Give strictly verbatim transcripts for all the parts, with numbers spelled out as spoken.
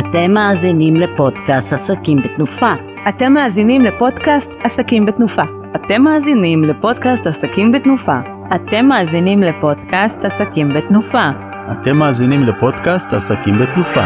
אתם מאזינים לפודקאסט עסקים בתנופה. אתם מאזינים לפודקאסט עסקים בתנופה. אתם מאזינים לפודקאסט עסקים בתנופה. אתם מאזינים לפודקאסט עסקים בתנופה. אתם מאזינים לפודקאסט עסקים בתנופה.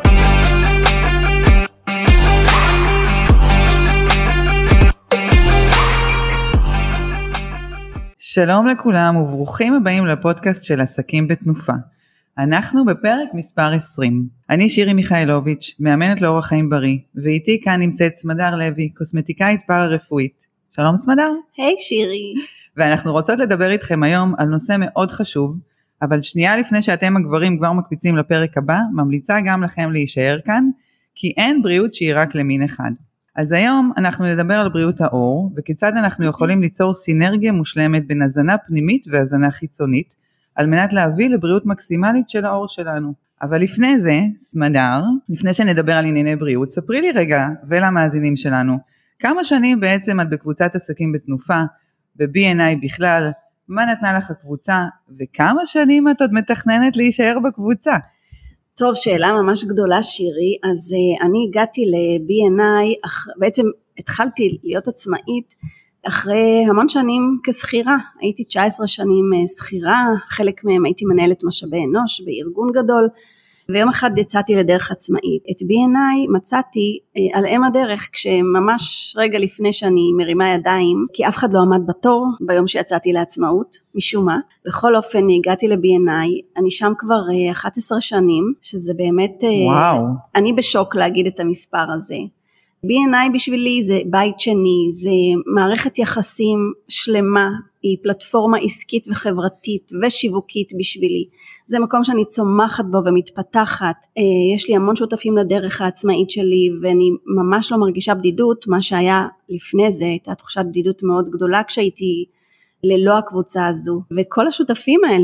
שלום לכולם וברוכים הבאים לפודקאסט של עסקים בתנופה. אנחנו בפרק מספר עשרים. אני שירי מיכאלוביץ', מאמנת לאורח חיים בריא, ואיתי כאן נמצאת סמדר לוי, קוסמטיקאית פארה-רפואית. שלום סמדר. היי hey, שירי. ואנחנו רוצות לדבר איתכם היום על נושא מאוד חשוב, אבל שנייה לפני שאתם הגברים כבר מקפיצים לפרק הבא, ממליצה גם לכם להישאר כאן, כי אין בריאות שהיא רק למין אחד. אז היום אנחנו נדבר על בריאות העור, וכיצד אנחנו יכולים ליצור סינרגיה מושלמת בין הזנה פנימית והזנה חיצונית, על מנת להביא לבריאות מקסימלית של העור שלנו. אבל לפני זה, סמדר, לפני שנדבר על ענייני בריאות, ספרי לי רגע ולמאזינים שלנו, כמה שנים בעצם את בקבוצת עסקים בתנופה, ב-בי אן איי בכלל, מה נתנה לך הקבוצה, וכמה שנים את עוד מתכננת להישאר בקבוצה? טוב, שאלה ממש גדולה שירי, אז uh, אני הגעתי ל-בי אן איי, אח... בעצם התחלתי להיות עצמאית, אחרי המון שנים כסחירה, הייתי תשע עשרה שנים סחירה, חלק מהם הייתי מנהלת משאבי אנוש בארגון גדול, ויום אחד יצאתי לדרך עצמאית. את בי אן איי מצאתי על אם הדרך, כשממש רגע לפני שאני מרימה ידיים, כי אף אחד לא עמד בתור ביום שיצאתי לעצמאות, משום מה. בכל אופן הגעתי ל-בי אן איי, אני שם כבר אחת עשרה שנים, שזה באמת, וואו. אני בשוק להגיד את המספר הזה. בי אן איי בשבילי זה בית שני, זה מערכת יחסים שלמה, היא פלטפורמה עסקית וחברתית ושיווקית בשבילי. זה מקום שאני צומחת בו ומתפתחת. יש לי המון שותפים לדרך העצמאית שלי ואני ממש לא מרגישה בדידות, מה שהיה לפני זה הייתה תחושת בדידות מאוד גדולה כשהייתי ללא הקבוצה הזו. וכל השותפים האלה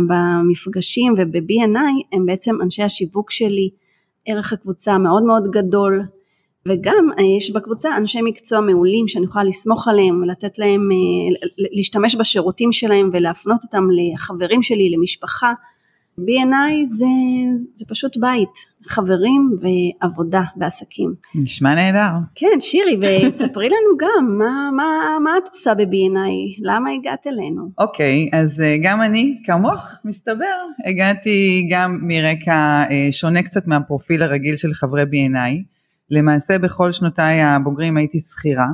במפגשים וב-בי אן איי הם בעצם אנשי השיווק שלי, ערך הקבוצה מאוד מאוד גדול. וגם יש בקבוצה אנשי מקצוע מעולים שאני יכולה לסמוך עליהם ולתת להם, להשתמש בשירותים שלהם ולהפנות אותם לחברים שלי, למשפחה. בי אן איי זה, זה פשוט בית, חברים ועבודה בעסקים. נשמע נהדר. כן, שירי, ותספרי לנו גם, מה, מה, מה את עושה ב-בי אן איי? למה הגעת אלינו? אוקיי, אז גם אני, כמוך, מסתבר, הגעתי גם מרקע שונה קצת מהפרופיל הרגיל של חברי בי אן איי, למעשה בכל שנותיי הבוגרים הייתי שכירה,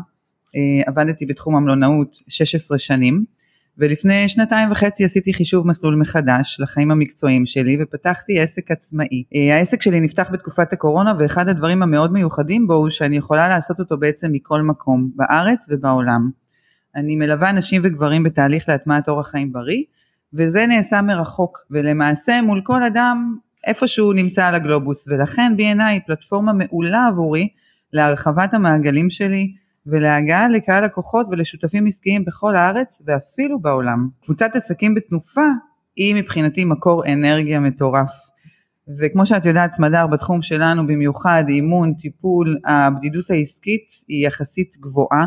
עבדתי בתחום המלונאות שש עשרה שנים, ולפני שנתיים וחצי עשיתי חישוב מסלול מחדש לחיים המקצועיים שלי, ופתחתי עסק עצמאי. העסק שלי נפתח בתקופת הקורונה, ואחד הדברים המאוד מיוחדים בו הוא שאני יכולה לעשות אותו בעצם מכל מקום, בארץ ובעולם. אני מלווה נשים וגברים בתהליך להטמעת אורח חיים בריא, וזה נעשה מרחוק, ולמעשה מול כל אדם, איפה שהוא נמצא על הגלובוס, ולכן בי אן איי היא פלטפורמה מעולה עבורי להרחבת המעגלים שלי ולהגעה לקהל לקוחות ולשותפים עסקיים בכל הארץ ואפילו בעולם. קבוצת עסקים בתנופה היא מבחינתי מקור אנרגיה מטורף, וכמו שאת יודעת סמדר, בתחום שלנו במיוחד אימון, טיפול, הבדידות העסקית היא יחסית גבוהה,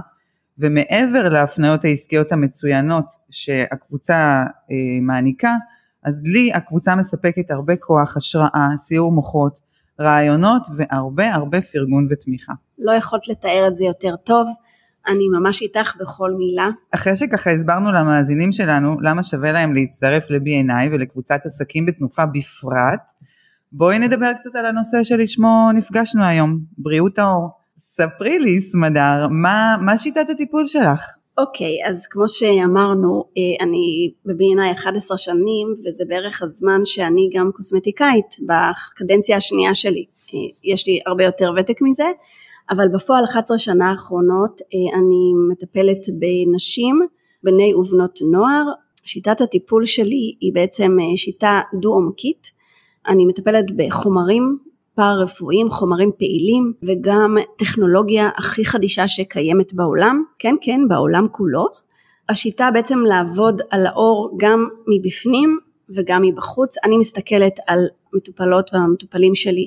ומעבר להפניות העסקיות המצוינות שהקבוצה אה, מעניקה, אז לי הקבוצה מספקת הרבה כוח, השראה, סיור מוחות, רעיונות והרבה הרבה פרגון ותמיכה. לא יכולת לתאר את זה יותר טוב, אני ממש איתך בכל מילה. אחרי שככה הסברנו למאזינים שלנו למה שווה להם להצטרף ל-בי אן איי ולקבוצת עסקים בתנופה בפרט, בואי נדבר קצת על הנושא שלשמו נפגשנו היום, בריאות העור. ספרי לי סמדר, מה, מה שיטת הטיפול שלך? אוקיי, okay, אז כמו שאמרנו, אני ב-בי אן איי אחת עשרה שנים, וזה בערך הזמן שאני גם קוסמטיקאית בקדנציה השנייה שלי. יש לי הרבה יותר ותק מזה, אבל בפועל אחת עשרה שנה האחרונות אני מטפלת בנשים, בני ובנות נוער. שיטת הטיפול שלי היא בעצם שיטה דו-עומקית. אני מטפלת בחומרים פארה-רפואיים, חומרים פעילים, וגם טכנולוגיה הכי חדישה שקיימת בעולם, כן כן, בעולם כולו. השיטה בעצם לעבוד על האור גם מבפנים וגם מבחוץ. אני מסתכלת על מטופלות והמטופלים שלי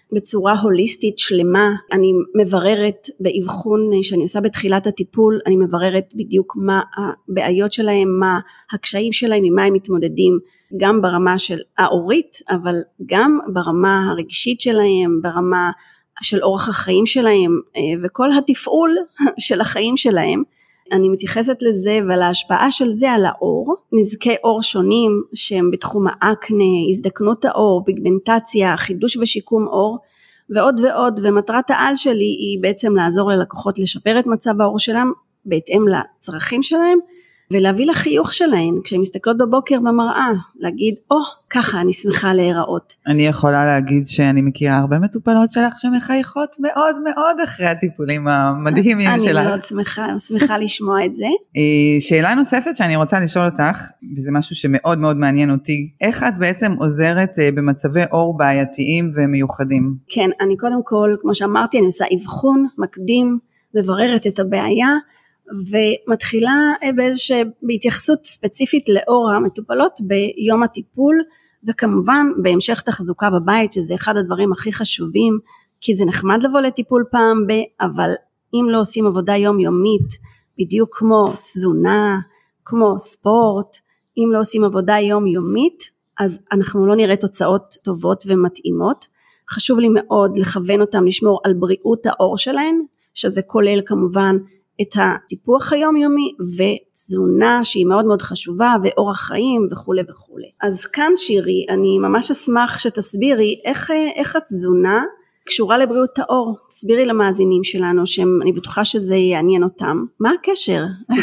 בצורה הוליסטית שלמה. אני מבררת באבחון שאני עושה בתחילת הטיפול, אני מבררת בדיוק מה הבעיות שלהם, מה הקשיים שלהם, עם מה הם מתמודדים, גם ברמה של ההורית, אבל גם ברמה הרגשית שלהם, ברמה של אורח החיים שלהם, וכל התפעול של החיים שלהם. אני מתייחסת לזה ועל ההשפעה של זה על האור, נזקי אור שונים שהם בתחום האקנה, הזדקנות האור, פיגמנטציה, חידוש ושיקום אור ועוד ועוד, ומטרת העל שלי היא בעצם לעזור ללקוחות לשפר את מצב האור שלהם בהתאם לצרכים שלהם, ולהביא לחיוך שלהן כשהן מסתכלות בבוקר במראה, להגיד, או, oh, ככה אני שמחה להיראות. אני יכולה להגיד שאני מכירה הרבה מטופלות שלך שמחייכות מאוד מאוד אחרי הטיפולים המדהימים אני שלך. אני מאוד שמחה, שמחה לשמוע את זה. שאלה נוספת שאני רוצה לשאול אותך, וזה משהו שמאוד מאוד מעניין אותי, איך את בעצם עוזרת במצבי אור בעייתיים ומיוחדים? כן, אני קודם כל, כמו שאמרתי, אני עושה אבחון, מקדים, מבררת את הבעיה, ומתחילה באיזושהי, בהתייחסות ספציפית לאור המטופלות ביום הטיפול, וכמובן בהמשך תחזוקה בבית, שזה אחד הדברים הכי חשובים, כי זה נחמד לבוא לטיפול פעם ב, אבל אם לא עושים עבודה יומיומית, בדיוק כמו תזונה, כמו ספורט, אם לא עושים עבודה יומיומית, אז אנחנו לא נראה תוצאות טובות ומתאימות. חשוב לי מאוד לכוון אותם לשמור על בריאות האור שלהם, שזה כולל כמובן את הטיפוח היומיומי ותזונה שהיא מאוד מאוד חשובה ואורח חיים וכו' וכו'. אז כאן שירי, אני ממש אשמח שתסבירי איך, איך התזונה קשורה לבריאות האור. תסבירי למאזינים שלנו שאני בטוחה שזה יעניין אותם. מה הקשר?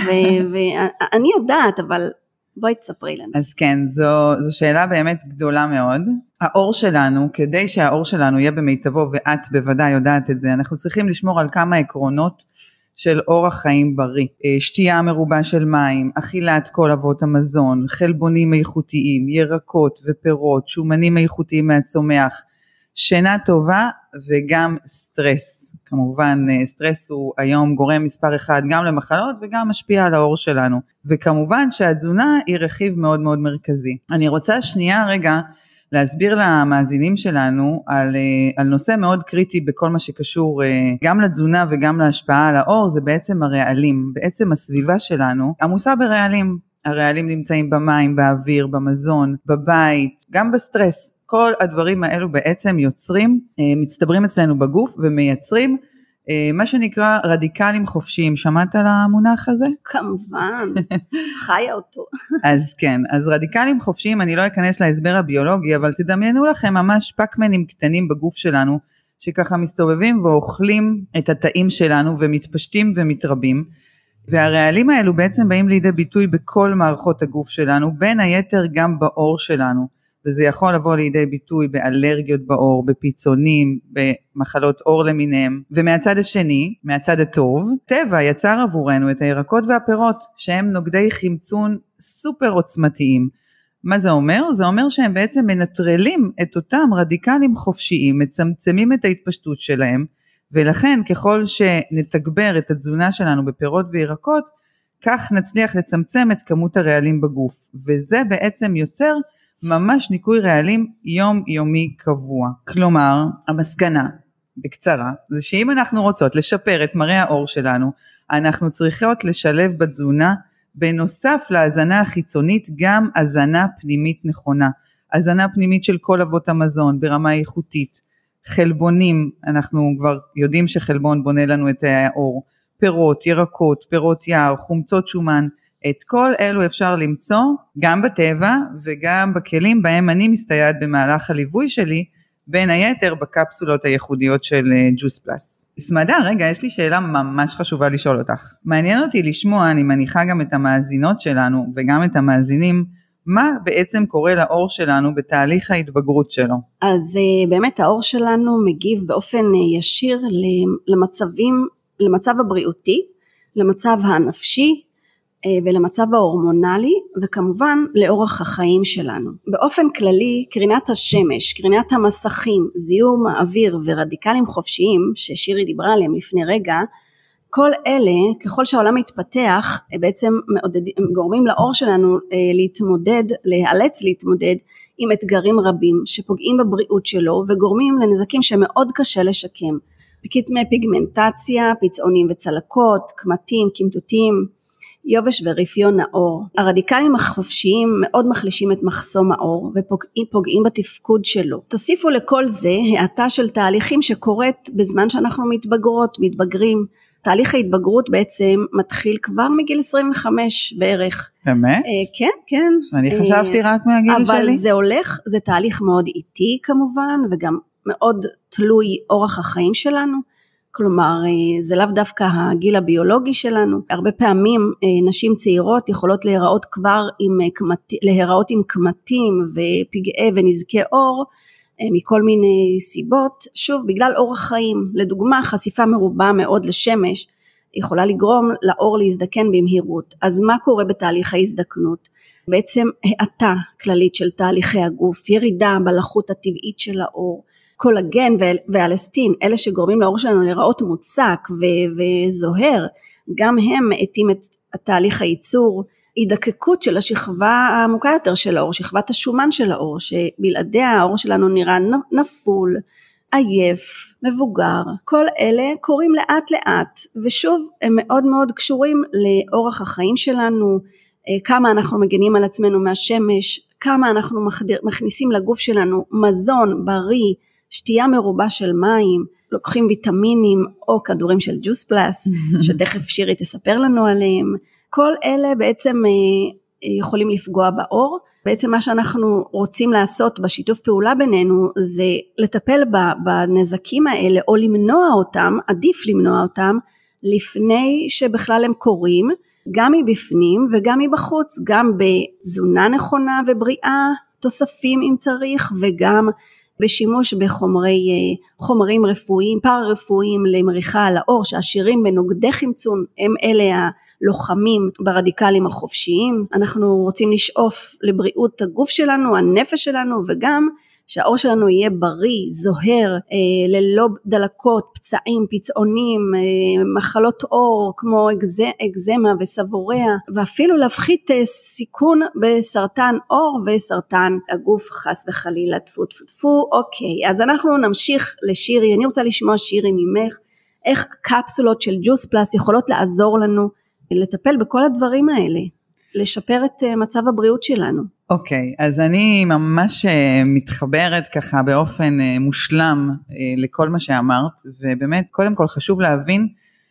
ואני יודעת, אבל בואי תספרי לנו. אז כן, זו, זו שאלה באמת גדולה מאוד. האור שלנו, כדי שהאור שלנו יהיה במיטבו, ואת בוודאי יודעת את זה, אנחנו צריכים לשמור על כמה עקרונות של אורח חיים בריא, שתייה מרובה של מים, אכילת כל אבות המזון, חלבונים איכותיים, ירקות ופירות, שומנים איכותיים מהצומח, שינה טובה וגם סטרס. כמובן סטרס הוא היום גורם מספר אחד גם למחלות וגם משפיע על האור שלנו, וכמובן שהתזונה היא רכיב מאוד מאוד מרכזי. אני רוצה שנייה רגע להסביר למאזינים שלנו על, על נושא מאוד קריטי בכל מה שקשור גם לתזונה וגם להשפעה על האור, זה בעצם הרעלים. בעצם הסביבה שלנו עמוסה ברעלים. הרעלים נמצאים במים, באוויר, במזון, בבית, גם בסטרס. כל הדברים האלו בעצם יוצרים, מצטברים אצלנו בגוף ומייצרים מה שנקרא רדיקלים חופשיים. שמעת על המונח הזה? כמובן, חיה אותו. אז כן, אז רדיקלים חופשיים, אני לא אכנס להסבר הביולוגי, אבל תדמיינו לכם ממש פקמנים קטנים בגוף שלנו, שככה מסתובבים ואוכלים את התאים שלנו ומתפשטים ומתרבים, והרעלים האלו בעצם באים לידי ביטוי בכל מערכות הגוף שלנו, בין היתר גם באור שלנו. וזה יכול לבוא לידי ביטוי באלרגיות בעור, בפיצונים, במחלות עור למיניהם. ומהצד השני, מהצד הטוב, טבע יצר עבורנו את הירקות והפירות, שהם נוגדי חמצון סופר עוצמתיים. מה זה אומר? זה אומר שהם בעצם מנטרלים את אותם רדיקלים חופשיים, מצמצמים את ההתפשטות שלהם, ולכן ככל שנתגבר את התזונה שלנו בפירות וירקות, כך נצליח לצמצם את כמות הרעלים בגוף. וזה בעצם יוצר ממש ניקוי רעלים יום יומי קבוע. כלומר, המסקנה בקצרה, זה שאם אנחנו רוצות לשפר את מראה האור שלנו, אנחנו צריכות לשלב בתזונה, בנוסף להזנה החיצונית, גם הזנה פנימית נכונה. הזנה פנימית של כל אבות המזון, ברמה איכותית. חלבונים, אנחנו כבר יודעים שחלבון בונה לנו את האור. פירות, ירקות, פירות יער, חומצות שומן, את כל אלו אפשר למצוא גם בטבע וגם בכלים בהם אני מסתייעת במהלך הליווי שלי, בין היתר בקפסולות הייחודיות של ג'וס פלאס. סמדה, רגע, יש לי שאלה ממש חשובה לשאול אותך. מעניין אותי לשמוע, אני מניחה גם את המאזינות שלנו וגם את המאזינים, מה בעצם קורה לאור שלנו בתהליך ההתבגרות שלו? אז באמת האור שלנו מגיב באופן ישיר למצבים, למצב הבריאותי, למצב הנפשי, ולמצב ההורמונלי, וכמובן לאורח החיים שלנו. באופן כללי, קרינת השמש, קרינת המסכים, זיהום האוויר ורדיקלים חופשיים, ששירי דיברה עליהם לפני רגע, כל אלה, ככל שהעולם מתפתח, בעצם מעודד, גורמים לאור שלנו להתמודד, להיאלץ להתמודד עם אתגרים רבים שפוגעים בבריאות שלו וגורמים לנזקים שמאוד קשה לשקם. כתמי פיגמנטציה, פצעונים וצלקות, קמטים, קמטוטים, יובש ורפיון העור. הרדיקלים החופשיים מאוד מחלישים את מחסום העור ופוגעים בתפקוד שלו. תוסיפו לכל זה האטה של תהליכים שקורית בזמן שאנחנו מתבגרות, מתבגרים. תהליך ההתבגרות בעצם מתחיל כבר מגיל עשרים וחמש בערך. באמת? כן, כן. אני חשבתי רק מהגיל אבל שלי. אבל זה הולך, זה תהליך מאוד איטי כמובן, וגם מאוד תלוי אורח החיים שלנו. כלומר, זה לאו דווקא הגיל הביולוגי שלנו. הרבה פעמים נשים צעירות יכולות להיראות כבר עם להיראות עם קמטים ופגעי ונזקי אור, מכל מיני סיבות, שוב בגלל אורח חיים. לדוגמה, חשיפה מרובה מאוד לשמש יכולה לגרום לאור להזדקן במהירות. אז מה קורה בתהליך ההזדקנות? בעצם האטה כללית של תהליכי הגוף, ירידה בלחות הטבעית של האור, קולגן ואלסטין, אלה שגורמים לאור שלנו לראות מוצק וזוהר, גם הם מאטים את תהליך הייצור. הידקקות של השכבה העמוקה יותר של האור, שכבת השומן של האור, שבלעדיה האור שלנו נראה נפול, עייף, מבוגר. כל אלה קורים לאט לאט, ושוב הם מאוד מאוד קשורים לאורח החיים שלנו, כמה אנחנו מגנים על עצמנו מהשמש, כמה אנחנו מכניסים לגוף שלנו מזון בריא, שתייה מרובה של מים, לוקחים ויטמינים או כדורים של ג'וס פלאס, שתכף שירי תספר לנו עליהם. כל אלה בעצם יכולים לפגוע באור. בעצם מה שאנחנו רוצים לעשות בשיתוף פעולה בינינו זה לטפל בנזקים האלה או למנוע אותם, עדיף למנוע אותם לפני שבכלל הם קורים, גם מבפנים וגם מבחוץ, גם בתזונה נכונה ובריאה, תוספים אם צריך, וגם בשימוש בחומרי חומרים רפואיים, פארה רפואיים למריחה על האור, שעשירים בנוגדי חמצון, הם אלה הלוחמים ברדיקלים החופשיים. אנחנו רוצים לשאוף לבריאות הגוף שלנו, הנפש שלנו, וגם שהאור שלנו יהיה בריא, זוהר, ללא דלקות, פצעים, פצעונים, מחלות עור כמו אקזמה וסבוריה, ואפילו להפחית סיכון בסרטן עור וסרטן הגוף חס וחלילה. טפו טפו טפו. אוקיי, אז אנחנו נמשיך לשירי. אני רוצה לשמוע שירי ממך, איך קפסולות של ג'וס פלאס יכולות לעזור לנו לטפל בכל הדברים האלה, לשפר את מצב הבריאות שלנו. אוקיי, okay, אז אני ממש מתחברת ככה באופן מושלם לכל מה שאמרת, ובאמת קודם כל חשוב להבין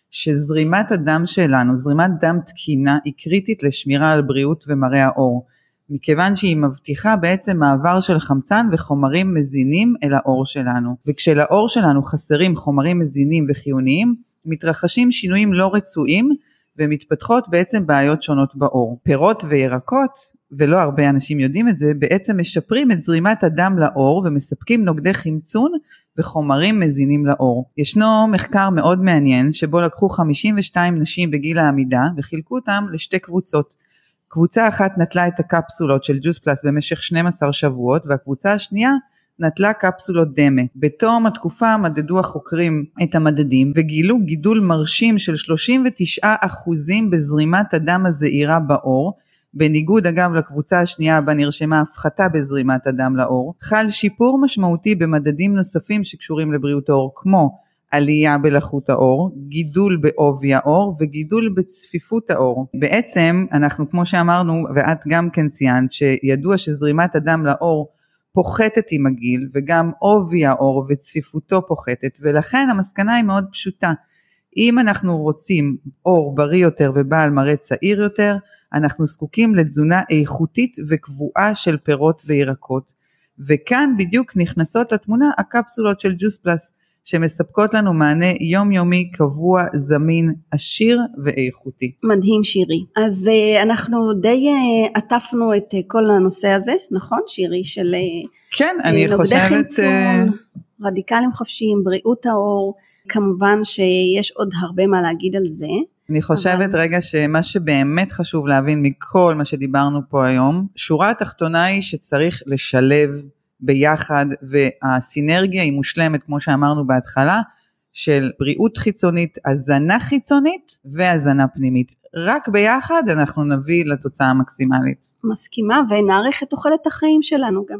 שזרימת הדם שלנו, זרימת דם תקינה, היא קריטית לשמירה על בריאות ומראה האור, מכיוון שהיא מבטיחה בעצם מעבר של חמצן וחומרים מזינים אל האור שלנו, וכשלאור שלנו חסרים חומרים מזינים וחיוניים, מתרחשים שינויים לא רצויים, ומתפתחות בעצם בעיות שונות באור. פירות וירקות, ולא הרבה אנשים יודעים את זה, בעצם משפרים את זרימת הדם לאור, ומספקים נוגדי חמצון וחומרים מזינים לאור. ישנו מחקר מאוד מעניין, שבו לקחו חמישים ושתיים נשים בגיל העמידה, וחילקו אותם לשתי קבוצות. קבוצה אחת נטלה את הקפסולות של ג'וס פלאס במשך שנים עשר שבועות, והקבוצה השנייה נטלה קפסולות דמה. בתום התקופה מדדו החוקרים את המדדים, וגילו גידול מרשים של שלושים ותשעה אחוזים בזרימת הדם הזעירה באור, בניגוד אגב לקבוצה השנייה בה נרשמה הפחתה בזרימת הדם לאור. חל שיפור משמעותי במדדים נוספים שקשורים לבריאות האור, כמו עלייה בלחות האור, גידול בעובי האור וגידול בצפיפות האור. בעצם אנחנו כמו שאמרנו, ואת גם כן ציינת, שידוע שזרימת הדם לאור פוחתת עם הגיל, וגם עובי האור וצפיפותו פוחתת, ולכן המסקנה היא מאוד פשוטה. אם אנחנו רוצים אור בריא יותר ובעל מראה צעיר יותר, אנחנו זקוקים לתזונה איכותית וקבועה של פירות וירקות, וכאן בדיוק נכנסות לתמונה הקפסולות של ג'וס פלאס, שמספקות לנו מענה יומיומי, קבוע, זמין, עשיר ואיכותי. מדהים שירי. אז אנחנו די עטפנו את כל הנושא הזה, נכון שירי? של כן, אני נוגדי חושבת... חמצון, רדיקלים חופשיים, בריאות האור, כמובן שיש עוד הרבה מה להגיד על זה. אני חושבת אבל... רגע שמה שבאמת חשוב להבין מכל מה שדיברנו פה היום, שורה התחתונה היא שצריך לשלב ביחד, והסינרגיה היא מושלמת כמו שאמרנו בהתחלה, של בריאות חיצונית, הזנה חיצונית והזנה פנימית. רק ביחד אנחנו נביא לתוצאה המקסימלית. מסכימה, ונערך את תוחלת החיים שלנו גם.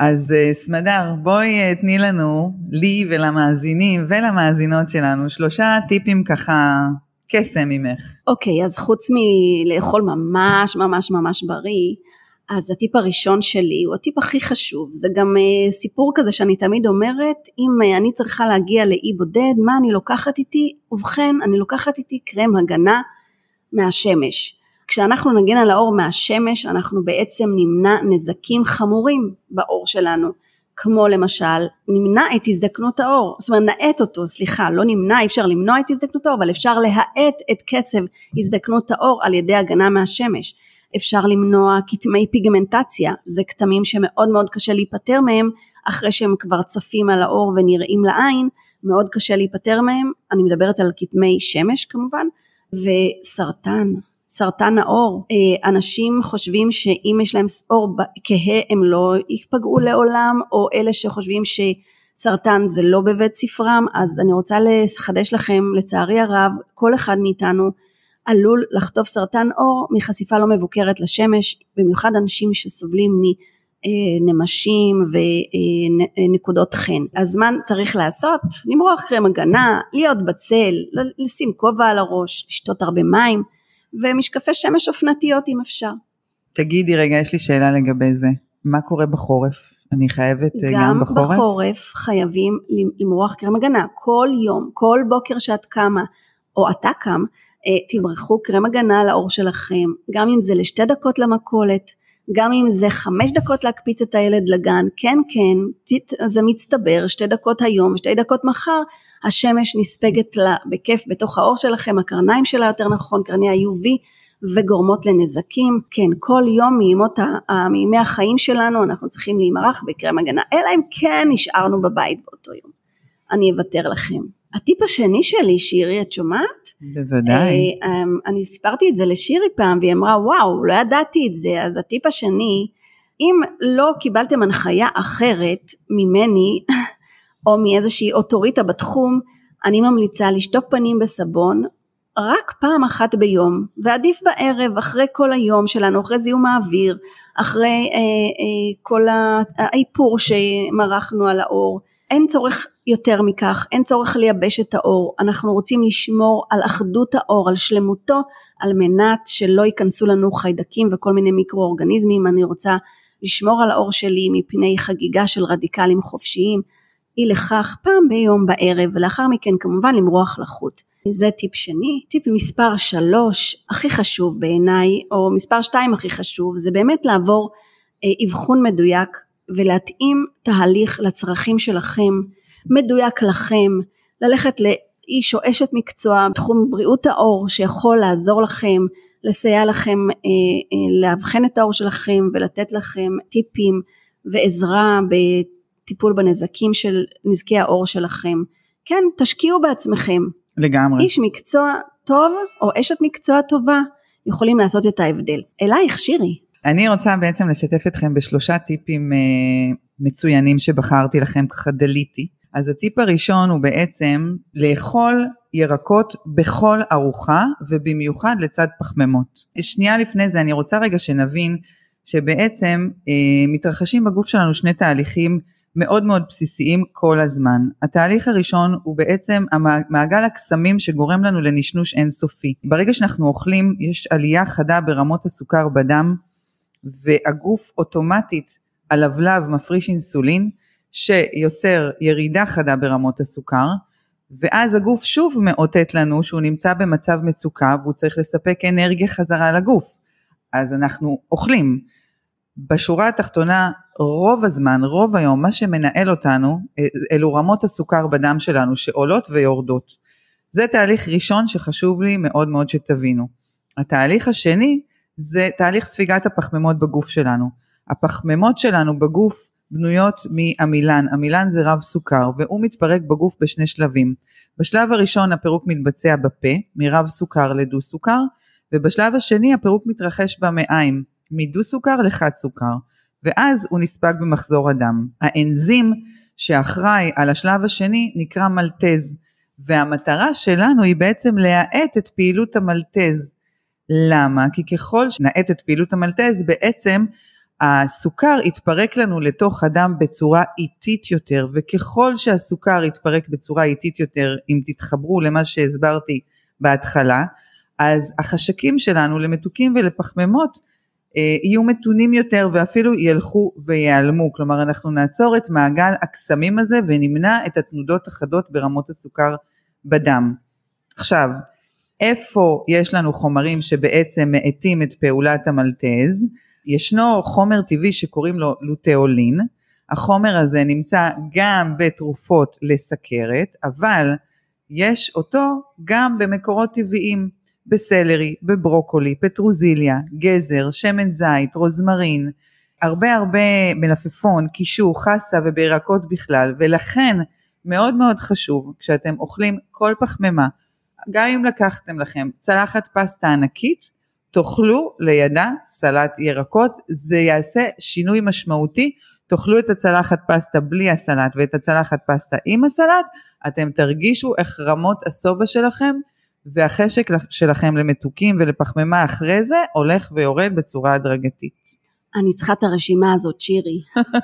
אז סמדר, בואי תני לנו, לי ולמאזינים ולמאזינות שלנו, שלושה טיפים ככה קסם ממך. אוקיי, אז חוץ מלאכול ממש ממש ממש בריא, אז הטיפ הראשון שלי הוא הטיפ הכי חשוב, זה גם סיפור כזה שאני תמיד אומרת, אם אני צריכה להגיע לאי בודד, מה אני לוקחת איתי? ובכן, אני לוקחת איתי קרם הגנה מהשמש. כשאנחנו נגן על האור מהשמש, אנחנו בעצם נמנע נזקים חמורים באור שלנו, כמו למשל, נמנע את הזדקנות האור, זאת אומרת, נעט אותו, סליחה, לא נמנע, אי אפשר למנוע את הזדקנות האור, אבל אפשר להאט את קצב הזדקנות האור על ידי הגנה מהשמש. אפשר למנוע כתמי פיגמנטציה, זה כתמים שמאוד מאוד קשה להיפטר מהם, אחרי שהם כבר צפים על האור ונראים לעין, מאוד קשה להיפטר מהם, אני מדברת על כתמי שמש כמובן, וסרטן, סרטן העור, אנשים חושבים שאם יש להם עור כהה הם לא ייפגעו לעולם, או אלה שחושבים שסרטן זה לא בבית ספרם, אז אני רוצה לחדש לכם, לצערי הרב, כל אחד מאיתנו עלול לחטוף סרטן עור מחשיפה לא מבוקרת לשמש, במיוחד אנשים שסובלים מנמשים ונקודות חן. אז מה צריך לעשות? למרוח קרם הגנה, להיות בצל, לשים כובע על הראש, לשתות הרבה מים, ומשקפי שמש אופנתיות אם אפשר. תגידי רגע, יש לי שאלה לגבי זה. מה קורה בחורף? אני חייבת גם, גם בחורף? גם בחורף חייבים למרוח קרם הגנה. כל יום, כל בוקר שאת קמה, או אתה קם, תמרחו קרם הגנה על האור שלכם. גם אם זה לשתי דקות למכולת, גם אם זה חמש דקות להקפיץ את הילד לגן, כן כן, זה מצטבר, שתי דקות היום, שתי דקות מחר, השמש נספגת לה בכיף בתוך האור שלכם, הקרניים שלה יותר נכון, קרני ה-יו וי, וגורמות לנזקים. כן, כל יום מימות, מימי החיים שלנו, אנחנו צריכים להימרח בקרם הגנה, אלא אם כן נשארנו בבית באותו יום. אני אוותר לכם. הטיפ השני שלי, שירי, את שומעת? בוודאי. אני סיפרתי את זה לשירי פעם, והיא אמרה, וואו, לא ידעתי את זה. אז הטיפ השני, אם לא קיבלתם הנחיה אחרת ממני, או מאיזושהי אוטוריטה בתחום, אני ממליצה לשטוף פנים בסבון, רק פעם אחת ביום, ועדיף בערב, אחרי כל היום שלנו, אחרי זיהום האוויר, אחרי אה, אה, כל האיפור שמרחנו על האור, אין צורך יותר מכך, אין צורך לייבש את האור, אנחנו רוצים לשמור על אחדות האור, על שלמותו, על מנת שלא ייכנסו לנו חיידקים וכל מיני מיקרואורגניזמים. אני רוצה לשמור על האור שלי מפני חגיגה של רדיקלים חופשיים, היא לכך פעם ביום בערב, ולאחר מכן כמובן למרוח לחוט. זה טיפ שני. טיפ מספר שלוש, הכי חשוב בעיניי, או מספר שתיים הכי חשוב, זה באמת לעבור אה, אבחון מדויק, ולהתאים תהליך לצרכים שלכם, מדויק לכם, ללכת לאיש או אשת מקצוע בתחום בריאות האור שיכול לעזור לכם, לסייע לכם אה, אה, להבחן את האור שלכם ולתת לכם טיפים ועזרה בטיפול בנזקים של נזקי האור שלכם. כן, תשקיעו בעצמכם. לגמרי. איש מקצוע טוב או אשת מקצוע טובה יכולים לעשות את ההבדל. אלייך שירי. אני רוצה בעצם לשתף אתכם בשלושה טיפים אה, מצוינים שבחרתי לכם, ככה דליתי. אז הטיפ הראשון הוא בעצם לאכול ירקות בכל ארוחה, ובמיוחד לצד פחמימות. שנייה לפני זה אני רוצה רגע שנבין, שבעצם אה, מתרחשים בגוף שלנו שני תהליכים מאוד מאוד בסיסיים כל הזמן. התהליך הראשון הוא בעצם מעגל הקסמים שגורם לנו לנשנוש אינסופי. ברגע שאנחנו אוכלים יש עלייה חדה ברמות הסוכר בדם, והגוף אוטומטית הלבלב מפריש אינסולין, שיוצר ירידה חדה ברמות הסוכר, ואז הגוף שוב מאותת לנו שהוא נמצא במצב מצוקה, והוא צריך לספק אנרגיה חזרה לגוף. אז אנחנו אוכלים. בשורה התחתונה, רוב הזמן, רוב היום, מה שמנהל אותנו, אלו רמות הסוכר בדם שלנו, שעולות ויורדות. זה תהליך ראשון שחשוב לי מאוד מאוד שתבינו. התהליך השני, זה תהליך ספיגת הפחמימות בגוף שלנו. הפחמימות שלנו בגוף בנויות מעמילן, עמילן זה רב סוכר, והוא מתפרק בגוף בשני שלבים. בשלב הראשון הפירוק מתבצע בפה, מרב סוכר לדו סוכר, ובשלב השני הפירוק מתרחש במעיים, מדו סוכר לחד סוכר, ואז הוא נספג במחזור הדם. האנזים שאחראי על השלב השני נקרא מלטז, והמטרה שלנו היא בעצם להאט את פעילות המלטז. למה? כי ככל שנאט את פעילות המלטז, בעצם הסוכר יתפרק לנו לתוך הדם בצורה איטית יותר, וככל שהסוכר יתפרק בצורה איטית יותר, אם תתחברו למה שהסברתי בהתחלה, אז החשקים שלנו למתוקים ולפחמימות אה, יהיו מתונים יותר, ואפילו ילכו ויעלמו, כלומר אנחנו נעצור את מעגל הקסמים הזה, ונמנע את התנודות החדות ברמות הסוכר בדם. עכשיו, איפה יש לנו חומרים שבעצם מאטים את פעולת המלטז? ישנו חומר טבעי שקוראים לו לוטאולין, החומר הזה נמצא גם בתרופות לסכרת, אבל יש אותו גם במקורות טבעיים, בסלרי, בברוקולי, פטרוזיליה, גזר, שמן זית, רוזמרין, הרבה הרבה מלפפון, קישור, חסה ובירקות בכלל, ולכן מאוד מאוד חשוב כשאתם אוכלים כל פחמימה, גם אם לקחתם לכם צלחת פסטה ענקית, תאכלו לידה סלט ירקות, זה יעשה שינוי משמעותי, תאכלו את הצלחת פסטה בלי הסלט ואת הצלחת פסטה עם הסלט, אתם תרגישו איך רמות הסובה שלכם, והחשק שלכם למתוקים ולפחמימה אחרי זה, הולך ויורד בצורה הדרגתית. אני צריכה את הרשימה הזאת, שירי.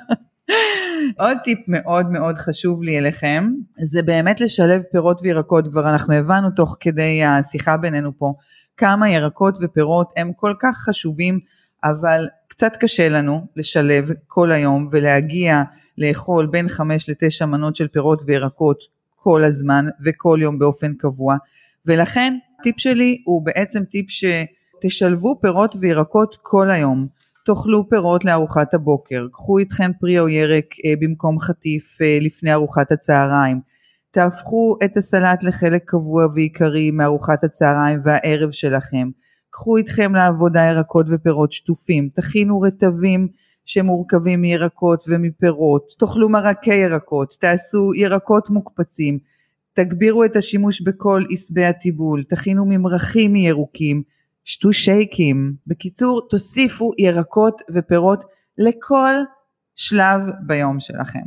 עוד טיפ מאוד מאוד חשוב לי אליכם, זה באמת לשלב פירות וירקות, כבר אנחנו הבנו תוך כדי השיחה בינינו פה, כמה ירקות ופירות הם כל כך חשובים, אבל קצת קשה לנו לשלב כל היום, ולהגיע לאכול בין חמש לתשע מנות של פירות וירקות כל הזמן, וכל יום באופן קבוע, ולכן הטיפ שלי הוא בעצם טיפ שתשלבו פירות וירקות כל היום, תאכלו פירות לארוחת הבוקר, קחו איתכם פרי או ירק אה, במקום חטיף אה, לפני ארוחת הצהריים, תהפכו את הסלט לחלק קבוע ועיקרי מארוחת הצהריים והערב שלכם, קחו איתכם לעבודה ירקות ופירות שטופים, תכינו רטבים שמורכבים מירקות ומפירות, תאכלו מרקי ירקות, תעשו ירקות מוקפצים, תגבירו את השימוש בכל עשבי הטיבול, תכינו ממרחים מירוקים, שתו שייקים, בקיצור תוסיפו ירקות ופירות לכל שלב ביום שלכם.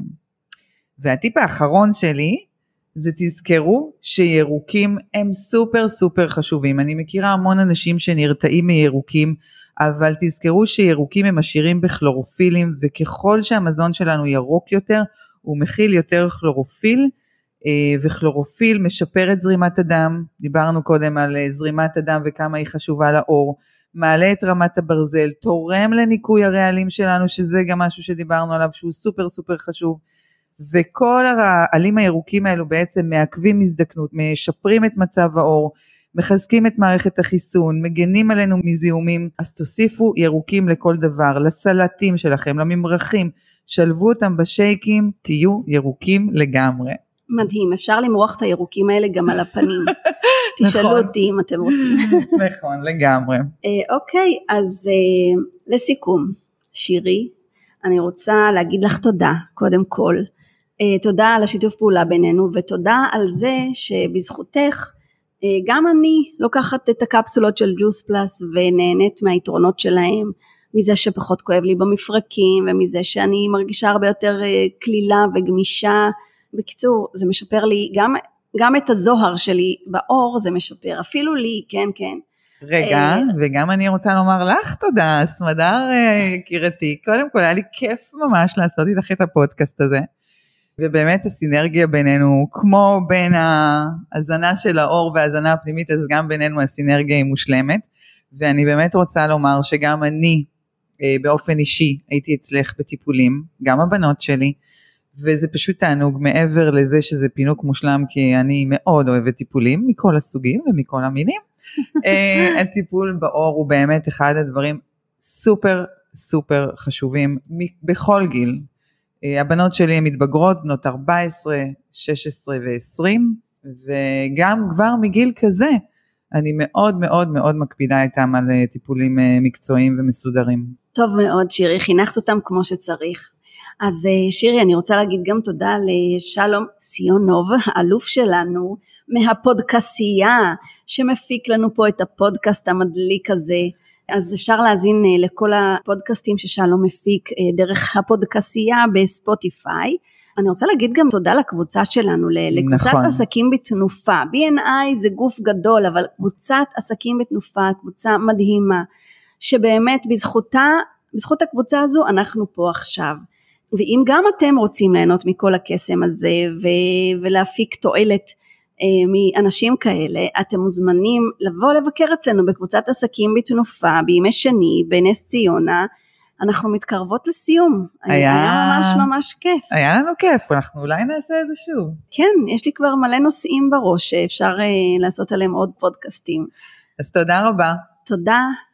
והטיפ האחרון שלי, זה תזכרו שירוקים הם סופר סופר חשובים, אני מכירה המון אנשים שנרתעים מירוקים, אבל תזכרו שירוקים הם עשירים בכלורופילים, וככל שהמזון שלנו ירוק יותר, הוא מכיל יותר כלורופיל, וכלורופיל משפר את זרימת הדם, דיברנו קודם על זרימת הדם וכמה היא חשובה לעור, מעלה את רמת הברזל, תורם לניקוי הרעלים שלנו, שזה גם משהו שדיברנו עליו שהוא סופר סופר חשוב, וכל הרעלים הירוקים האלו בעצם מעכבים מזדקנות, משפרים את מצב העור, מחזקים את מערכת החיסון, מגנים עלינו מזיהומים, אז תוסיפו ירוקים לכל דבר, לסלטים שלכם, לממרחים, שלבו אותם בשייקים, תהיו ירוקים לגמרי. מדהים, אפשר למרוח את הירוקים האלה גם על הפנים. תשאלו אותי אם אתם רוצים. נכון, לגמרי. אוקיי, אז לסיכום, שירי, אני רוצה להגיד לך תודה, קודם כל. תודה על השיתוף פעולה בינינו, ותודה על זה שבזכותך, גם אני לוקחת את הקפסולות של ג'וס פלאס, ונהנית מהיתרונות שלהם, מזה שפחות כואב לי במפרקים, ומזה שאני מרגישה הרבה יותר כלילה וגמישה, בקיצור, זה משפר לי גם, גם את הזוהר שלי באור, זה משפר, אפילו לי, כן, כן. רגע, וגם אני רוצה לומר לך תודה, סמדר יקירתי, קודם כל היה לי כיף ממש לעשות איתך את הפודקאסט הזה, ובאמת הסינרגיה בינינו, כמו בין ההזנה של האור וההזנה הפנימית, אז גם בינינו הסינרגיה היא מושלמת, ואני באמת רוצה לומר שגם אני, באופן אישי, הייתי אצלך בטיפולים, גם הבנות שלי, וזה פשוט תענוג מעבר לזה שזה פינוק מושלם, כי אני מאוד אוהבת טיפולים מכל הסוגים ומכל המינים. הטיפול באור הוא באמת אחד הדברים סופר סופר חשובים בכל גיל. הבנות שלי הן מתבגרות, בנות ארבע עשרה, שש עשרה ועשרים, וגם כבר מגיל כזה, אני מאוד מאוד מאוד מקפידה איתם על טיפולים מקצועיים ומסודרים. טוב מאוד שירי, חינכת אותם כמו שצריך. אז שירי, אני רוצה להגיד גם תודה לשלום סיונוב, האלוף שלנו, מהפודקאסייה, שמפיק לנו פה את הפודקאסט המדליק הזה. אז אפשר להזין לכל הפודקאסטים ששלום מפיק דרך הפודקאסייה בספוטיפיי. אני רוצה להגיד גם תודה לקבוצה שלנו, לקבוצת נכון. עסקים בתנופה. בי אן איי זה גוף גדול, אבל קבוצת עסקים בתנופה, קבוצה מדהימה, שבאמת בזכותה בזכות הקבוצה הזו אנחנו פה עכשיו. ואם גם אתם רוצים ליהנות מכל הקסם הזה ו- ולהפיק תועלת אה, מאנשים כאלה, אתם מוזמנים לבוא לבקר אצלנו בקבוצת עסקים בתנופה בימי שני בנס ציונה. אנחנו מתקרבות לסיום, היה, היה ממש ממש כיף. היה לנו כיף, אנחנו אולי נעשה את זה שוב. כן, יש לי כבר מלא נושאים בראש שאפשר אה, לעשות עליהם עוד פודקאסטים. אז תודה רבה. תודה.